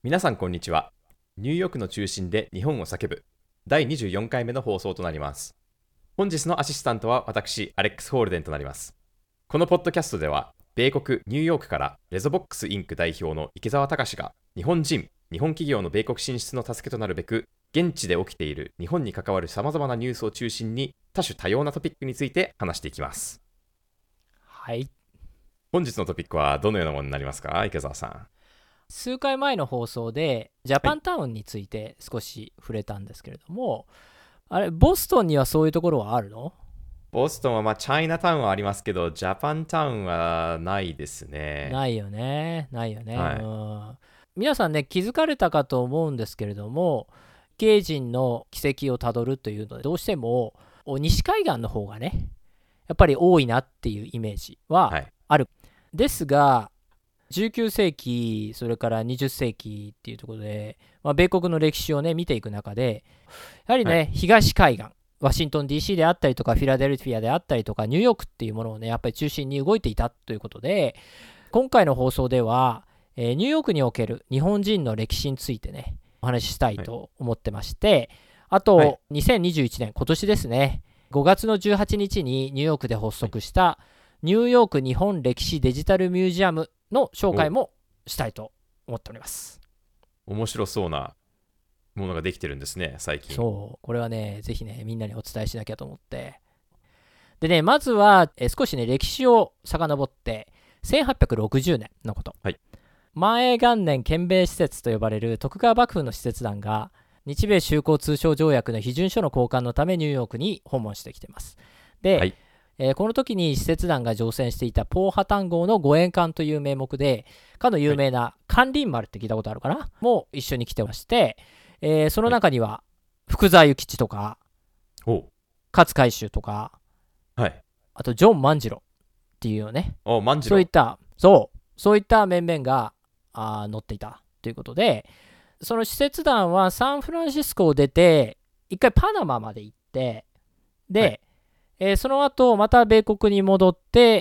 皆さんこんにちは。ニューヨークの中心で日本を叫ぶ第24回目の放送となります。本日のアシスタントは私、アレックス・ホールデンとなります。このポッドキャストでは、米国ニューヨークからレゾボックスインク代表の池澤隆が日本企業の米国進出の助けとなるべく、現地で起きている日本に関わる様々なニュースを中心に多種多様なトピックについて話していきます。 はい。 本日のトピックはどのようなものになりますか、池澤さん。 数回前の放送でジャはい。 パンタウンについて少し触れたんですけれども、あれ、ボストンにはそういうところはあるの？ ボストンはチャイナタウンはありますけど、ジャパンタウンはないですね。 ないよね。ないよね。 はい。 皆さんね、気づかれたかと思うんですけれども、経人の軌跡をたどるというので、どうしても西海岸の方がね、やっぱり多いなっていうイメージははい。 ある。ですが、19世紀、それから20世紀っていうところで、米国の歴史をね、見ていく中で、やはりはい。 ね、東海岸、ワシントン DC であったりとか、フィラデルフィアであったりとか、ニューヨークっていうものをね、やっぱり中心に動いていたということで、今回の放送では、ニューヨークにおける日本人の歴史についてね、お話ししたいはい。 と思ってまして、あはい。 と、2021年、今年ですね、5月の18日にニューヨークで発はい。 足したニューヨーク日本歴史デジタルミュージアムの紹介お、 もしたいと思っております。 面白そうなものができてるんですね、最近。 そう、これはね、ぜひね、みんなにお伝えしなきゃと思って。でね、まずは、少しね、歴史を遡って、1860年のこと。 はい。 万永元年憲兵施設と呼ばれる徳川幕府の使節団が、日米修好通商条約の批准書の交換のためニューヨークに訪問してきています。で、 はい。 この時に使節団が乗船していたポーハタン号の護衛艦という名目で、かの有はい。 名な関林丸って聞いたことあるかなも一緒に来てまして、そのはい。 中には福沢諭吉とかお、 勝海舟とか、 はい。 あとジョン万次郎っていうよね、 お、万次郎。 そういった面々が乗っていたということで、その使節団はサンフランシスコを出て一回パナマまで行って、 はい。 で、その後また米国に戻って、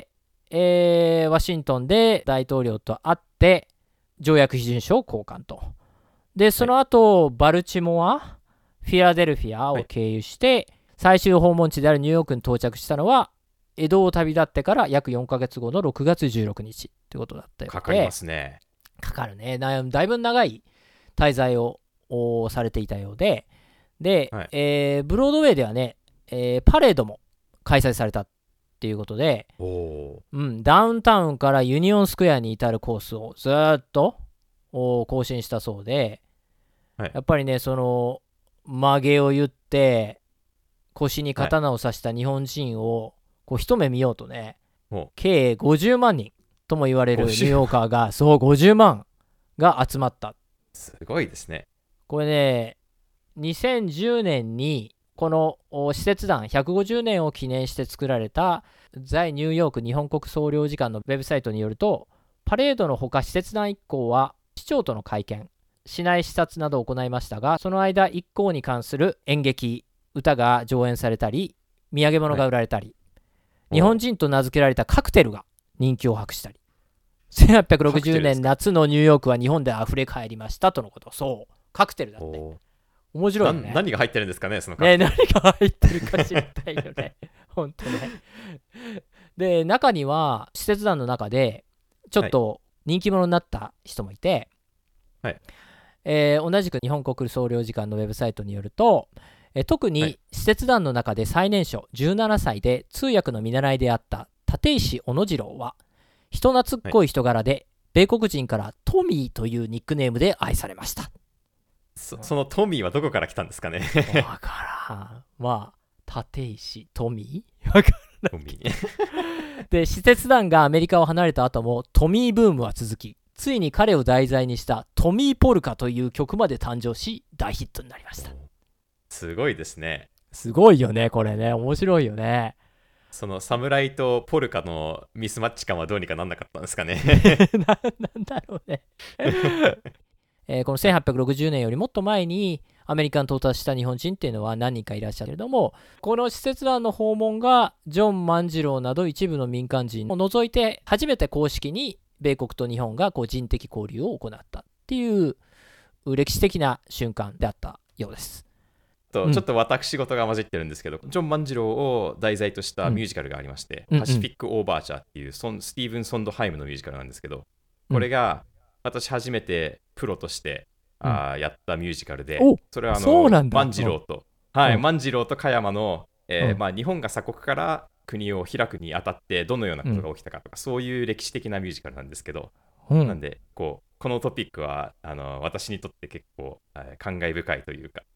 ワシントンで大統領と会って条約批准書を交換と。でそはい。 の後バルチモア、フィラデルフィアはい。 を経由して最終訪問地であるニューヨークに到着したのは江戸を旅立ってから約4ヶ月後の6月16日ということだったよかかりまうで、 すね。 かかるね、だいぶ長い滞在をされていたようで、 はい。 ブロードウェイではね、パレードも開催されたっていうことで、 おお。 ダウンタウンからユニオンスクエアに至るコースをずっと更新したそうで、 はい。 やっぱりね、その曲げを言って腰にはい。 刀を刺した日本人をこう一目見ようとね、 お、 計50万人とも言われるニューヨー 50。 カーが、そう50万が集まった。 すごいですね。 これね、2010年にこの使節団150年を記念して作られた在ニューヨーク日本国総領事館のウェブサイトによると、パレードのほか使節団一行は市長との会見、市内視察などを行いましたが、その間一行に関する演劇、歌が上演されたり、土産物はい。 が売られたり、日本お、 人と名付けられたカクテルが人気を博したり、1860 カクテルですか。 年夏のニューヨークは日本で溢れ返りましたとのこと。そう、カクテルだって。 お、 面白いよね。 何が入ってるんですかね、そのカクね、何テルに。 が入ってるか知りたいよね。ほんとね。で、中には、使節団の中で、ちょっはい。 と人気者になった人もいて、 はい。 同じく日本国総領事館のウェブサイトによると、特はい。 に使節団の中で最年少17歳で通訳の見習いであった立石小野次郎は、人懐っはい。 こい人柄で、米国人からトミーというニックネームで愛されました。 そのトミーはどこから来たんですかね。 わからん。まあ、立石トミーわからトミー。 ん。で、使節団がアメリカを離れた後もトミーブームは続き、ついに彼を題材にしたトミーポルカという曲まで誕生し、大ヒットになりました。 お、すごいですね。 すごいよね、これね。面白いよね。 その侍とポルカのミスマッチ感はどうにかなんなかったんですかね。 なんだろうね。この1860年よりもっと前にアメリカに到達した日本人っていうのは何人かいらっしゃるけれども、この使節団の訪問がジョン万次郎など一部の民間人を除いて初めて公式に米国と日本がこう人的交流を行ったっていう歴史的な瞬間であったようです。 ちょっと私事が混じってるんですけど、ジョン万次郎を題材としたミュージカルがありまして、パシフィック・オーバーチャーっていうスティーブン・ソンドハイムのミュージカルなんですけど、これが私初めてプロとしてやったミュージカルで、それは万次郎と、万次郎と加山の、日本が鎖国から国を開くにあたってどのようなことが起きたかとか、そういう歴史的なミュージカルなんですけど、なんでこのトピックは私にとって結構感慨深いというか。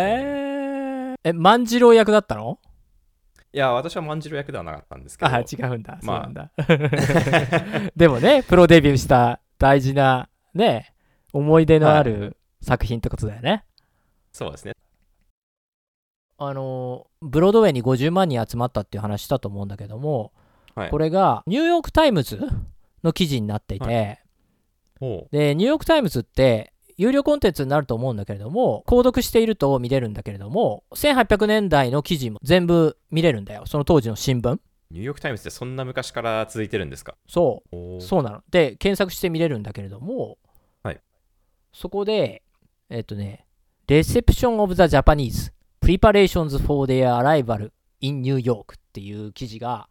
万次郎役だったの？ いや、私は万次郎役ではなかったんですけど。 違うんだ。そうなんだ。でもね、プロデビューした大事なね、思い出のある作品ってことだよね。 そうですね。 ブロードウェイに50万人集まったっていう話したと思うんだけども、これがニューヨークタイムズの記事になっていて、でニューヨークタイムズって有料コンテンツになると思うんだけれども、購読していると見れるんだけれども、1800年代の記事も全部見れるんだよ、その当時の新聞。 ニューヨークタイムズってそんな昔から続いてるんですか？ そうなの。で検索して見れるんだけれども、そこでReception of the Japanese Preparations for their arrival in New York っていう記事が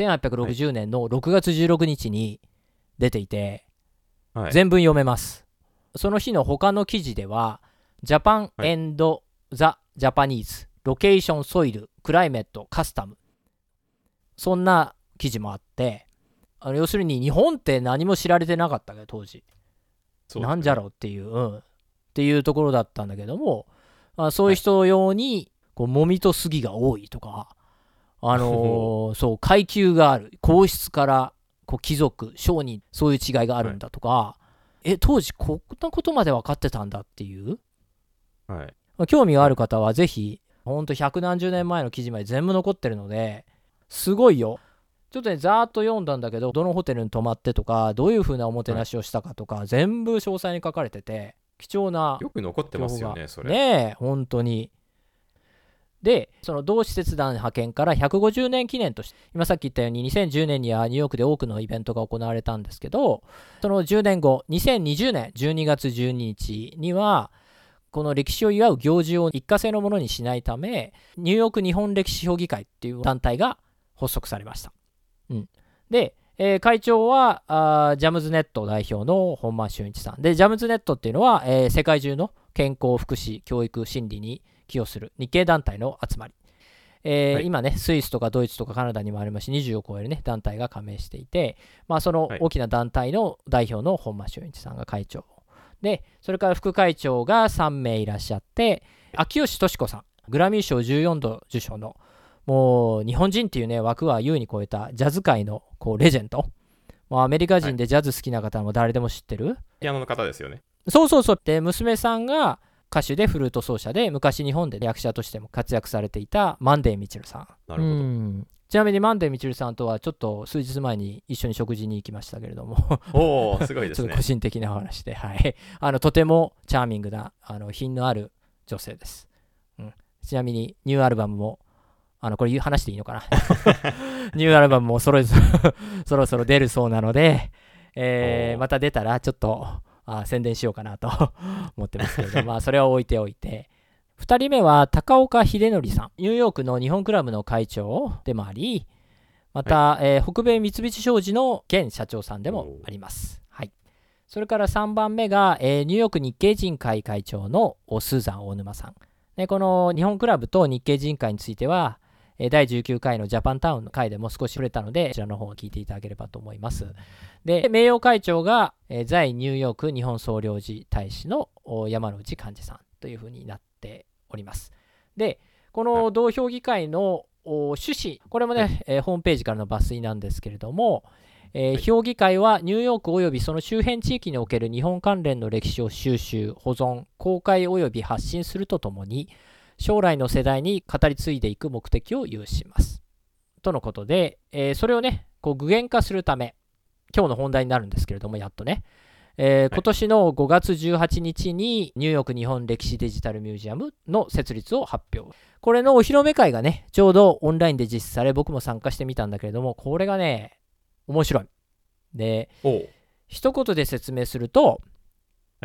1860年の6月16日に出ていて、全文読めます。その日の他の記事では Japan and the Japanese Location Soil Climate Custom、 そんな記事もあって、要するに日本って何も知られてなかったけど当時、なんじゃろうっていう、っていうところだったんだけども、そういう人用にもみと杉が多いとか、そう階級がある、皇室から貴族商人、そういう違いがあるんだとか、当時こんなことまで分かってたんだっていう、興味がある方はぜひ、ほんと百何十年前の記事まで全部残ってるので、すごいよ。ちょっとねざーっと読んだんだけど、どのホテルに泊まってとか、どういう風なおもてなしをしたかとか、全部詳細に書かれてて、貴重なよく残ってますよね、それね。本当に。でその同施設団派遣から150年記念として、今さっき言ったように2010年にはニューヨークで多くのイベントが行われたんですけど、その10年後2020年12月12日にはこの歴史を祝う行事を一過性のものにしないため、ニューヨーク日本歴史評議会っていう団体が発足されました。で、会長はジャムズネット代表の本間俊一さんで、ジャムズネットっていうのは、世界中の健康福祉教育心理に寄与する日系団体の集まり、今ねスイスとかドイツとかカナダにもありますし、20を超えるね団体が加盟していて、その大きな団体の代表の本間俊一さんが会長で、それから副会長が3名いらっしゃって、秋吉敏子さん、グラミー賞14度受賞のもう日本人っていうね枠は優に超えたジャズ界のレジェンド、もうアメリカ人でジャズ好きな方も誰でも知ってる、 ピアノの方ですよね。 そうで、娘さんが歌手でフルート奏者で、昔日本で役者としても活躍されていたマンデー・ミチルさん。 なるほど。 ちなみにマンデー・ミチルさんとはちょっと数日前に一緒に食事に行きましたけれどもすごいですね。 ちょっと個人的な話で、とてもチャーミングな品のある女性です、ちなみにニューアルバムもこれ話していいのかなニューアルバムもそろそろ出るそうなので、また出たらちょっと宣伝しようかなと思ってますけれどそれは置いておいて、2人目は高岡秀則さん、ニューヨークの日本クラブの会長でもあり、また、北米三菱商事の現社長さんでもあります。それから3番目が、ニューヨーク日系人会会長のスーザン大沼さんで、この日本クラブと日系人会については第19回のジャパンタウンの回でも少し触れたので、こちらの方を聞いていただければと思います。で、名誉会長が在ニューヨーク日本総領事大使の山内寛治さんというふうになっております。で、この同評議会の趣旨、これもね、ホームページからの抜粋なんですけれども、評議会はニューヨークおよびその周辺地域における日本関連の歴史を収集、保存、公開および発信するとともに、将来の世代に語り継いでいく目的を有しますとのことで、それをね具現化するため、今日の本題になるんですけれども、やっとね、今年の5月18日にニューヨーク日本歴史デジタルミュージアムの設立を発表。これのお披露目会がねちょうどオンラインで実施され、僕も参加してみたんだけれども、これがね面白いで、一言で説明すると、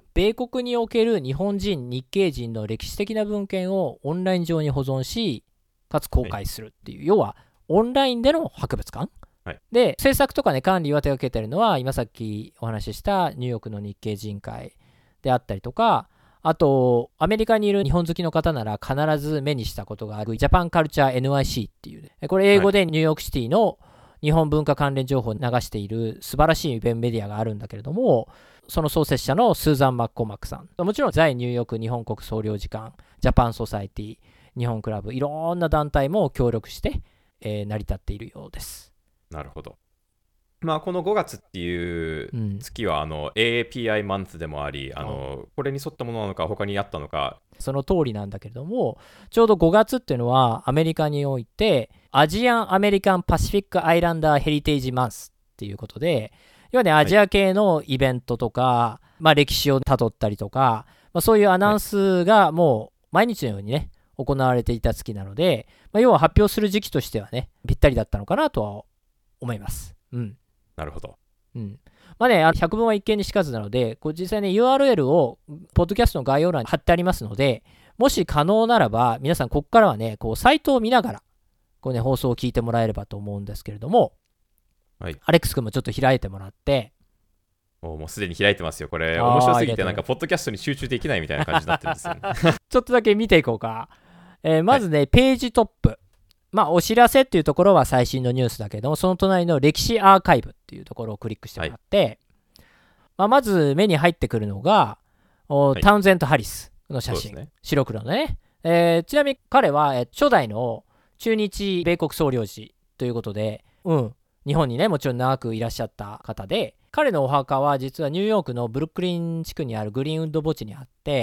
米国における日本人日系人の歴史的な文献をオンライン上に保存しかつ公開するっていう、はい、要はオンラインでの博物館、はい、で制作とかね管理は手掛けてるのは今さっきお話ししたニューヨークの日系人会であったりとか、あとアメリカにいる日本好きの方なら必ず目にしたことがあるジャパンカルチャー NYC っていう、ね、これ英語でニューヨークシティの日本文化関連情報を流している素晴らしいメディアがあるんだけれども、その創設者のスーザン・マッコマックさん、もちろん在ニューヨーク日本国総領事館、ジャパンソサエティ、日本クラブ、いろんな団体も協力して、成り立っているようです。 なるほど。まあこの5月っていう月はAAPI マンスでもあり、これに沿ったものなのか他にあったのか。 その通りなんだけれども、ちょうど5月っていうのはアメリカにおいてアジアン・アメリカン・パシフィック・アイランダー・ヘリテージ・マンスっていうことで、要はねアジア系のイベントとか、はい、まあ、歴史をたどったりとか、まあ、そういうアナウンスがもう毎日のようにね行われていた月なので、まあ、要は発表する時期としてはねぴったりだったのかなとは思います。 なるほど。 まあね、百聞は一見にしかずなので、こう実際ね URL をポッドキャストの概要欄に貼ってありますので、もし可能ならば皆さんここからはねこうサイトを見ながらこう、ね、放送を聞いてもらえればと思うんですけれども、はい、アレックス君もちょっと開いてもらって。 もうすでに開いてますよ。これ面白すぎてなんかポッドキャストに集中できないみたいな感じになってるんですよね。 ちょっとだけ見ていこうか。まずね、はい、ページトップ、まあお知らせっていうところは最新のニュースだけども、その隣の歴史アーカイブっていうところをクリックしてもらって、はい、まあ、まず目に入ってくるのが、はい、タウンゼント・ハリスの写真、ね、白黒のね、ちなみに彼は初代の駐日米国総領事ということで、日本にねもちろん長くいらっしゃった方で、彼のお墓は実はニューヨークのブルックリン地区にあるグリーンウッド墓地にあって、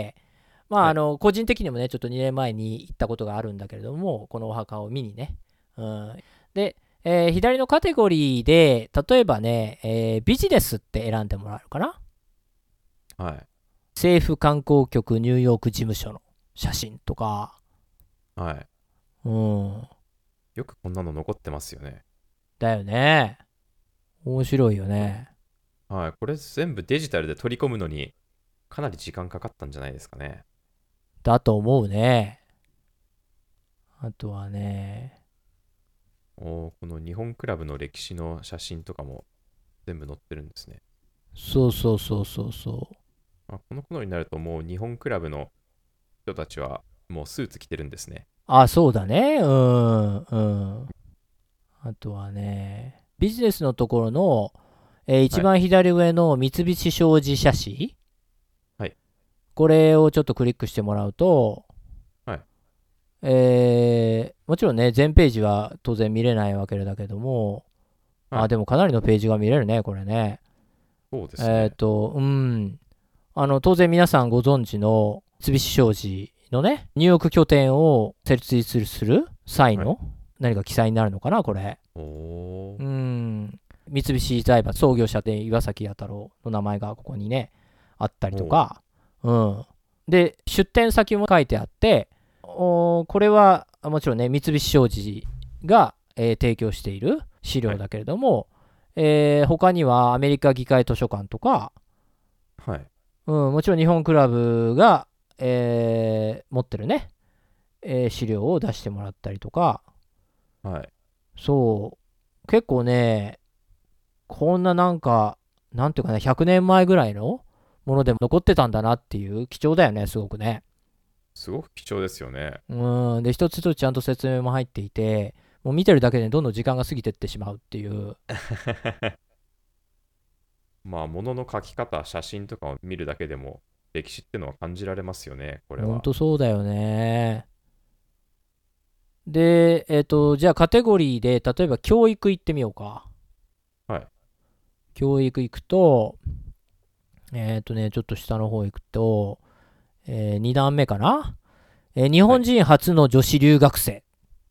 まあ個人的にもねちょっと2年前に行ったことがあるんだけれども、このお墓を見にね、で、左のカテゴリーで例えばね、ビジネスって選んでもらえるかな。 はい。 政府観光局ニューヨーク事務所の写真とか、 はい。よくこんなの残ってますよね。 だよね。面白いよね。 はい。これ全部デジタルで取り込むのにかなり時間かかったんじゃないですかね。 だと思うね。あとはね、 この日本クラブの歴史の写真とかも全部載ってるんですね。 そう。 この頃になるともう日本クラブの人たちはもうスーツ着てるんですね。 そうだね。あとはね、ビジネスのところの、一番左上の三菱商事写真、 はい、 これをちょっとクリックしてもらうと、 はい、 もちろんね全ページは当然見れないわけだけども、はい、でもかなりのページが見れるねこれね。 そうですね。 当然皆さんご存知の三菱商事のねニューヨーク拠点を設立する際の何か記載になるのかなこれ。三菱財閥創業者で岩崎弥太郎の名前がここにねあったりとか、で出店先も書いてあって、これはもちろんね三菱商事が、提供している資料だけれども、他にはアメリカ議会図書館とか、 はい、 もちろん日本クラブが、持ってるね、資料を出してもらったりとか、 はい、 そう結構ねこんななんていうかね100年前ぐらいのものでも残ってたんだなっていう貴重だよね。すごくね。 すごく貴重ですよね。 で一つ一つちゃんと説明も入っていて、もう見てるだけでどんどん時間が過ぎてってしまうっていうまあ物の描き方、写真とかを見るだけでも歴史ってのは感じられますよね。これはほんとそうだよね。でじゃあカテゴリーで例えば教育行ってみようか。 はい。 教育行くとちょっと下の方行くと、2段目かな、日本人初の女子留学生、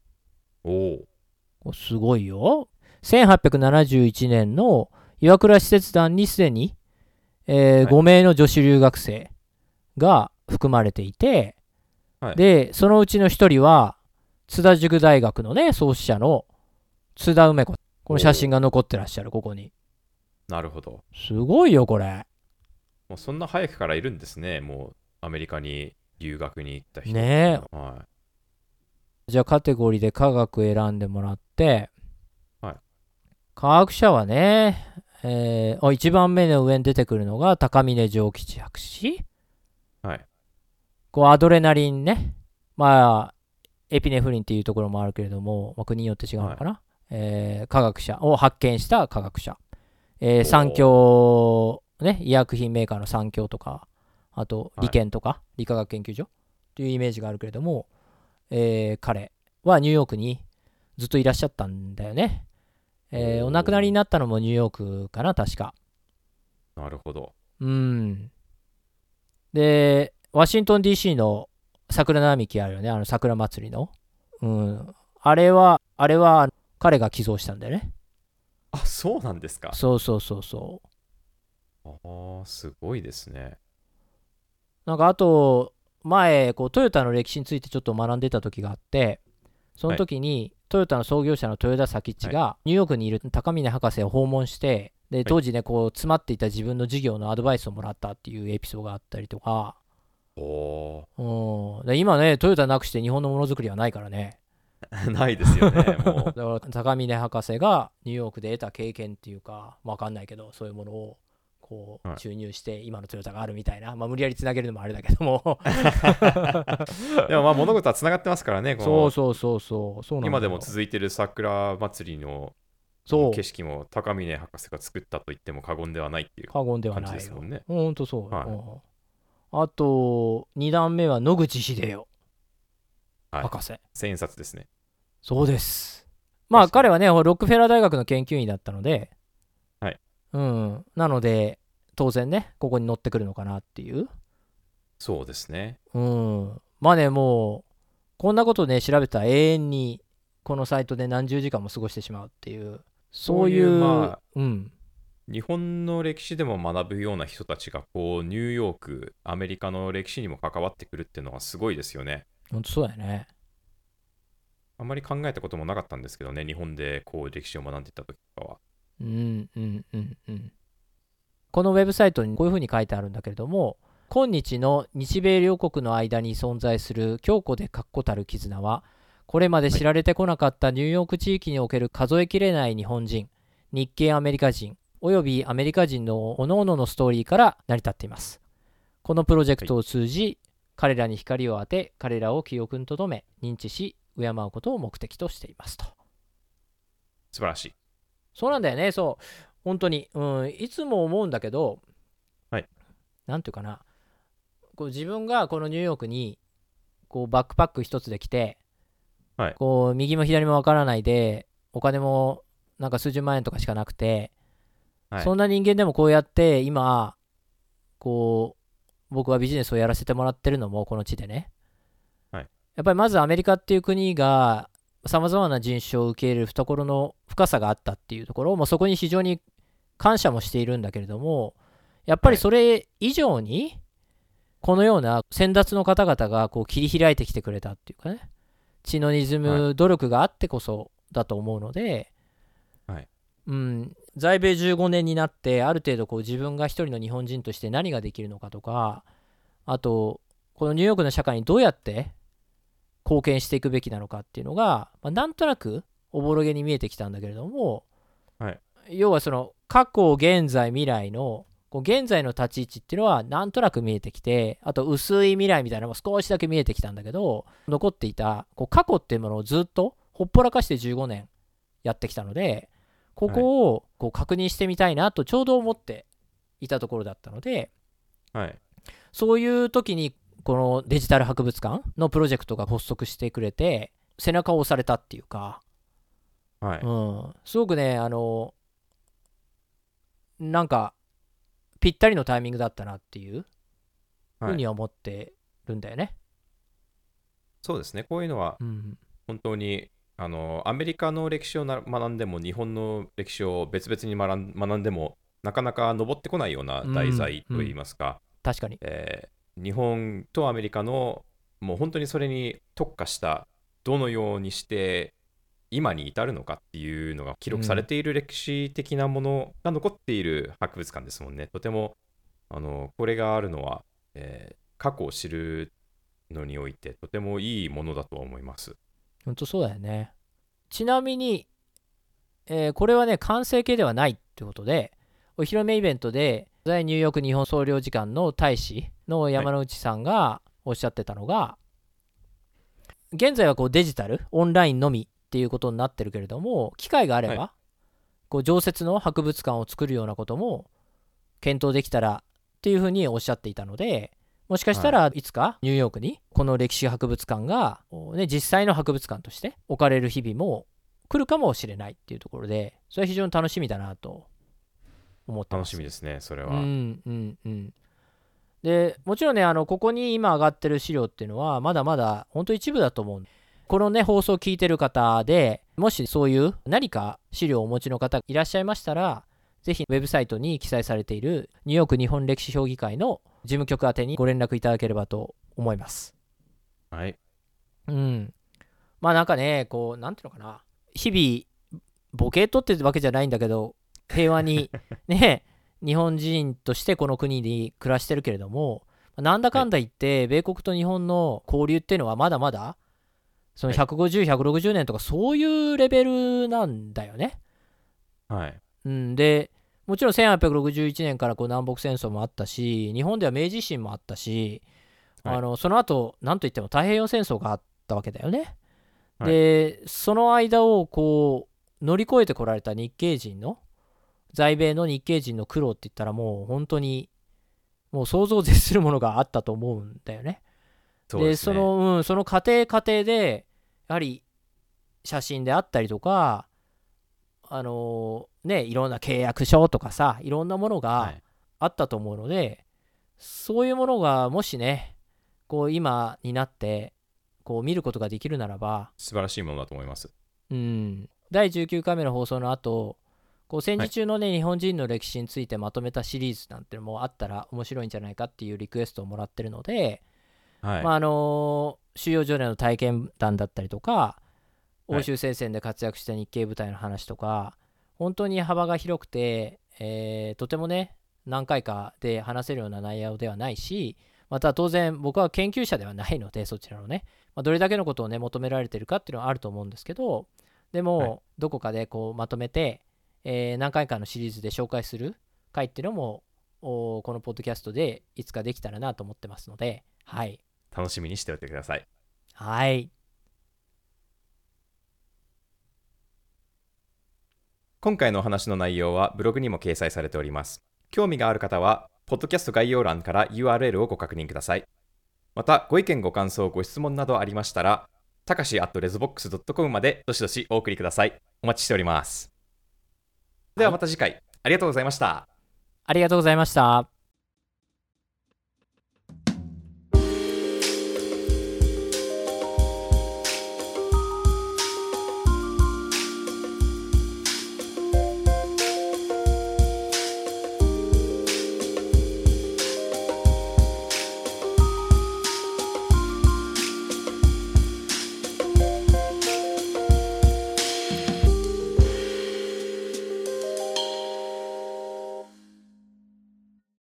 すごいよ。1871年の岩倉使節団にすでに、5名の女子留学生が含まれていて、でそのうちの1人は津田塾大学のね創始者の津田梅子。この写真が残ってらっしゃるここに。 なるほど。 すごいよこれ。 もうそんな早くからいるんですね。もうアメリカに留学に行った人。 ねえ。 はじゃあカテゴリーで科学選んでもらって、 はい。 科学者はね、1番目の上に出てくるのが高峰丈吉博士。 はい。 こうアドレナリンね。まあ、エピネフリンっていうところもあるけれども、まあ、国によって違うのかな。科学者を発見した科学者。産経、ね、医薬品メーカーの産経とか、あと理研とか、理化学研究所というイメージがあるけれども、彼はニューヨークにずっといらっしゃったんだよね。お亡くなりになったのもニューヨークかな、確か。 なるほど。 で、ワシントン DC の桜並木あるよね、桜祭りの。あれは彼が寄贈したんだよね。 あ、そうなんですか。 そうそうそうそう。 ああ、すごいですね。 なんかあと、前、トヨタの歴史についてちょっと学んでた時があって、その時に、トヨタの創業者の豊田佐吉が、ニューヨークにいる高峰博士を訪問して、で、当時ね、詰まっていた自分の事業のアドバイスをもらったっていうエピソードがあったりとか、で今ね、トヨタなくして日本のものづくりはないからね。 ないですよね、もう。 だから高峰博士がニューヨークで得た経験っていうか、わかんないけど、そういうものを注入して今のトヨタがあるみたいな、無理やりつなげるのもあれだけどもでも物事はつながってますからね。 そうそうそうそう、 今でも続いてる桜祭りの景色も高峰博士が作ったと言っても過言ではないっていう感じですもんね。 ほんとそうよ。あと2段目は野口英世博士。 千円札ですね。 そうです。彼はね、ロックフェラー大学の研究員だったので、なので、当然ね、ここに乗ってくるのかなっていう。 そうですね。 まあね、もう、こんなことね、調べたら永遠に、このサイトで何十時間も過ごしてしまうっていう、そういう、 日本の歴史でも学ぶような人たちが、ニューヨーク、アメリカの歴史にも関わってくるっていうのはすごいですよね。 ほんとそうだよね。 あんまり考えたこともなかったんですけどね、日本で歴史を学んでた時とかは。 このウェブサイトにこういうふうに書いてあるんだけれども、今日の日米両国の間に存在する強固で確固たる絆は、これまで知られてこなかったニューヨーク地域における数えきれない日本人、日系アメリカ人、およびアメリカ人の各々のストーリーから成り立っています。このプロジェクトを通じ、彼らに光を当て、彼らを記憶に留め、認知し、敬うことを目的としていますと。 素晴らしい。 そうなんだよね、そう。本当に、いつも思うんだけど、なんていうかな、自分がこのニューヨークにバックパック一つで来て、右も左もわからないで、お金もなんか数十万円とかしかなくて、そんな人間でもこうやって今、僕はビジネスをやらせてもらってるのもこの地でね、やっぱりまずアメリカっていう国がさまざまな人種を受け入れる懐の深さがあったっていうところもそこに非常に感謝もしているんだけれども、やっぱりそれ以上にこのような先達の方々が切り開いてきてくれたっていうかね、血の滲む努力があってこそだと思うので、在米15年になってある程度自分が一人の日本人として何ができるのかとか、あとこのニューヨークの社会にどうやって貢献していくべきなのかっていうのが、なんとなくおぼろげに見えてきたんだけれども、要はその過去現在未来の現在の立ち位置っていうのはなんとなく見えてきて、あと薄い未来みたいなのも少しだけ見えてきたんだけど、残っていた過去っていうものをずっとほっぽらかして15年やってきたので、ここを確認してみたいなとちょうど思っていたところだったので、そういう時にこのデジタル博物館のプロジェクトが発足してくれて、背中を押されたっていうか、すごくね、なんかぴったりのタイミングだったなっていうふうには思ってるんだよね。 そうですね。こういうのは本当に、アメリカの歴史を学んでも日本の歴史を別々に学んでもなかなか上ってこないような題材といいますか、 確かに、 日本とアメリカのもう本当にそれに特化したどのようにして今に至るのかっていうのが記録されている歴史的なものが残っている博物館ですもんね。とてもこれがあるのは、過去を知るのにおいてとてもいいものだとは思います。 ほんとそうだよね。ちなみに、これはね、完成形ではないってことで、お披露目イベントで、在ニューヨーク日本総領事館の大使の山之内さんがおっしゃってたのが、現在はこうデジタル、オンラインのみっていうことになってるけれども、機会があれば、こう常設の博物館を作るようなことも検討できたらっていうふうにおっしゃっていたので、もしかしたらいつかニューヨークにこの歴史博物館が、ね、実際の博物館として置かれる日々も来るかもしれないっていうところで、それは非常に楽しみだなと思ってます。 楽しみですね、それは。 でもちろんね、ここに今上がってる資料っていうのはまだまだ本当一部だと思う。このね放送を聞いてる方でもしそういう何か資料をお持ちの方いらっしゃいましたら、ぜひウェブサイトに記載されているニューヨーク日本歴史評議会の事務局宛てにご連絡いただければと思います。 はい。 まあなんかね、こうなんていうのかな、日々ボケっとってわけじゃないんだけど、平和にね日本人としてこの国に暮らしてるけれども、なんだかんだ言って米国と日本の交流っていうのはまだまだその150、160年とかそういうレベルなんだよね。 はい。 でもちろん1861年からこう南北戦争もあったし、日本では明治維新もあったし、その後なんといっても太平洋戦争があったわけだよね。でその間をこう乗り越えてこられた日系人の在米の日系人の苦労って言ったらもう本当にもう想像を絶するものがあったと思うんだよね。でその過程でやはり写真であったりとかいろんな契約書とかさ、いろんなものがあったと思うので、そういうものがもしねこう今になってこう見ることができるならば素晴らしいものだと思います。 第19回目の放送の後こう戦時中のね、日本人の歴史についてまとめたシリーズなんてのもあったら面白いんじゃないかっていうリクエストをもらってるので、収容所での体験談だったりとか、欧州戦線で活躍した日系部隊の話とか、本当に幅が広くて、とてもね何回かで話せるような内容ではないし、また当然僕は研究者ではないのでそちらのね、どれだけのことをね求められてるかっていうのはあると思うんですけど、でも、どこかでこうまとめて、何回かのシリーズで紹介する回っていうのもこのポッドキャストでいつかできたらなと思ってますので、 楽しみにしておいてください。今回のお話の内容はブログにも掲載されております。興味がある方はポッドキャスト概要欄から URL をご確認ください。またご意見ご感想ご質問などありましたらtakashi@resbox.com までどしどしお送りください。お待ちしております。ではまた次回、ありがとうございました。 ありがとうございました。